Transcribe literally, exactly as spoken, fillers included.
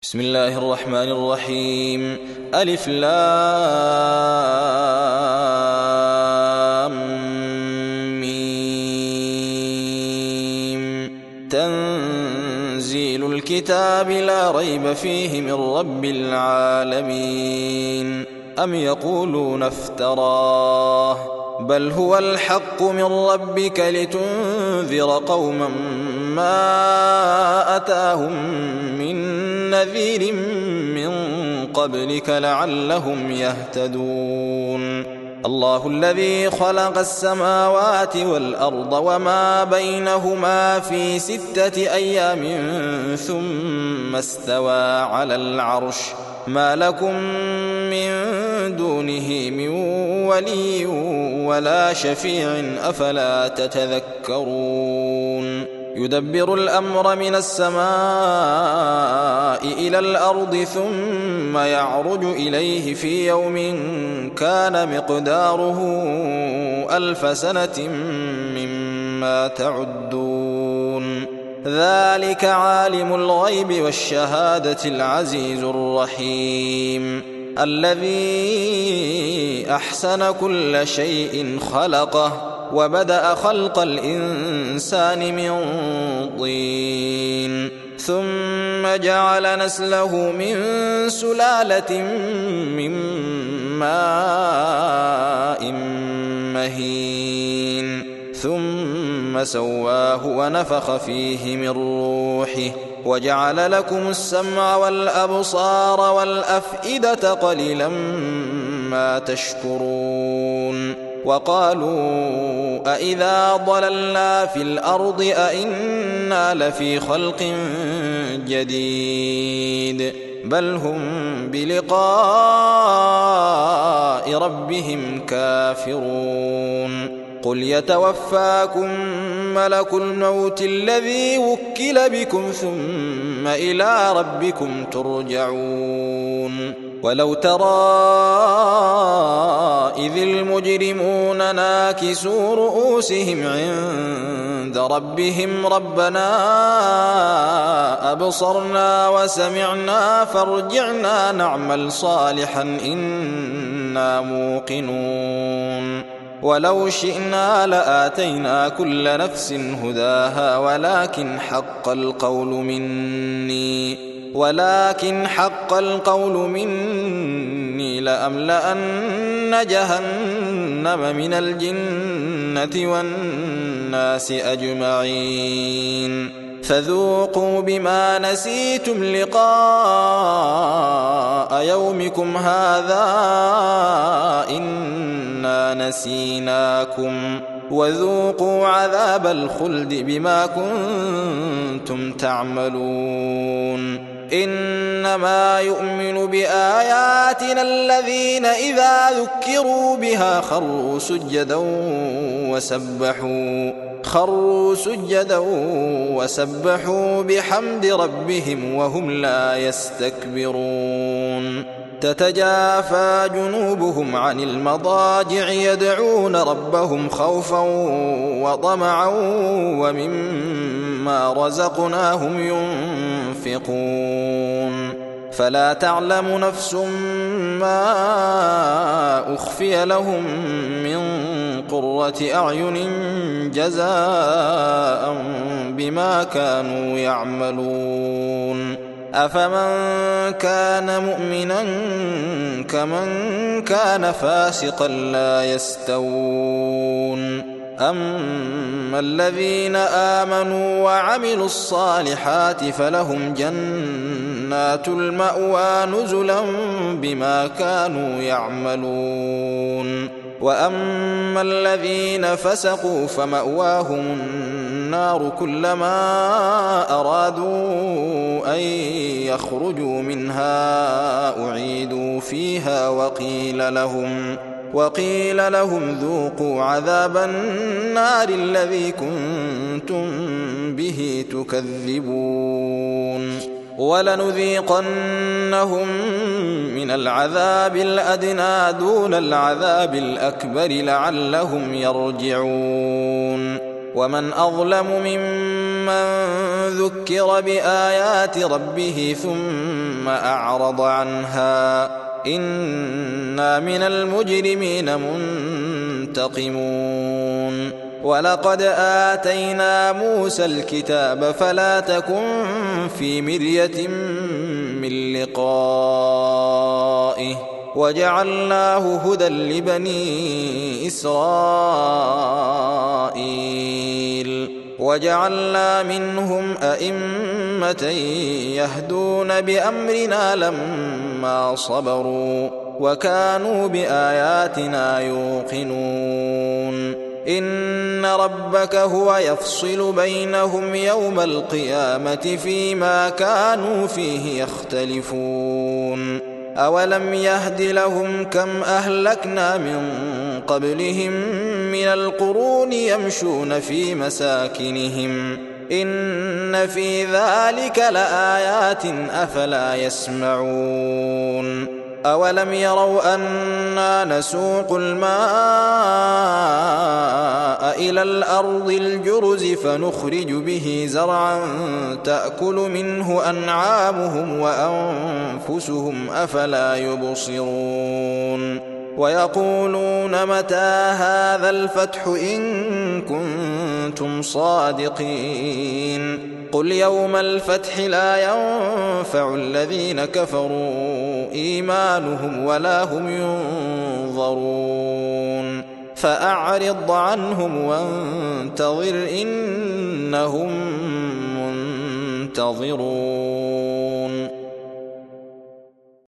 بسم الله الرحمن الرحيم. ألف لام ميم. تنزيل الكتاب لا ريب فيه من رب العالمين. أم يقولون افتراه بل هو الحق من ربك لتنذر قوما ما أتاهم من نذير من قبلك لعلهم يهتدون. الله الذي خلق السماوات والأرض وما بينهما في ستة أيام ثم استوى على العرش ما لكم من دونه من ولي ولا شفيع أفلا تتذكرون. يدبر الأمر من السماء إلى الأرض ثم يعرج إليه في يوم كان مقداره ألف سنة مما تعدون. ذلك عالم الغيب والشهادة العزيز الرحيم الذي أحسن كل شيء خلقه وبدأ خلق الإنسان من طين ثم جعل نسله من سلالة من ماء مهين ثم سواه ونفخ فيه من روحه وجعل لكم السمع والأبصار والأفئدة قليلا ما تشكرون. وقالوا أإذا ضللنا في الأرض أإنا لفي خلق جديد بل هم بلقاء ربهم كافرون. قل يتوفاكم ملك الموت الذي وكل بكم ثم إلى ربكم ترجعون. ولو ترى إذ المجرمون ناكسوا رؤوسهم عند ربهم ربنا أبصرنا وسمعنا فارجعنا نعمل صالحا إنا موقنون. ولو شئنا لآتينا كل نفس هداها ولكن حق القول مني ولكن حق القول مني لأملأن جهنم من الجنة والناس أجمعين. فذوقوا بما نسيتم لقاء يومكم هذا إنا نسيناكم وذوقوا عذاب الخلد بما كنتم تعملون. إنما يؤمن بآياتنا الذين إذا ذكروا بها خروا سجدا وسبحوا خروا سجدا وسبحوا بحمد ربهم وهم لا يستكبرون. تتجافى جنوبهم عن المضاجع يدعون ربهم خوفا وطمعا ومما رزقناهم ينفقون. فلا تعلم نفس ما أخفي لهم من قرة أعين جزاء بما كانوا يعملون. أفمن كان مؤمنا كمن كان فاسقا لا يستوون. أما الذين آمنوا وعملوا الصالحات فلهم جنات المأوى نزلا بما كانوا يعملون. وأما الذين فسقوا فمأواهم النار كلما أرادوا أن يخرجوا منها أعيدوا فيها وقيل لهم وقيل لهم ذوقوا عذاب النار الذي كنتم به تكذبون. ولنذيقنهم من العذاب الأدنى دون العذاب الأكبر لعلهم يرجعون. ومن أظلم ممن من ذكر بآيات ربه ثم أعرض عنها إنا من المجرمين منتقمون ولقد آتينا موسى الكتاب فلا تكن في مرية من لقائه وجعلناه هدى لبني إسرائيل وجعلنا منهم أئمة يهدون بأمرنا لما صبروا وكانوا بآياتنا يوقنون إن ربك هو يفصل بينهم يوم القيامة فيما كانوا فيه يختلفون أولم يهد لهم كم أهلكنا من قبلهم من القرون يمشون في مساكنهم إن في ذلك لآيات أفلا يسمعون أولم يروا أنا نسوق الماء إلى الأرض الجرز فنخرج به زرعا تأكل منه أنعامهم وأنفسهم أفلا يبصرون ويقولون متى هذا الفتح إن كنتم صادقين قل يوم الفتح لا ينفع الذين كفروا إيمانهم ولا هم ينظرون فأعرض عنهم وانتظر إنهم منتظرون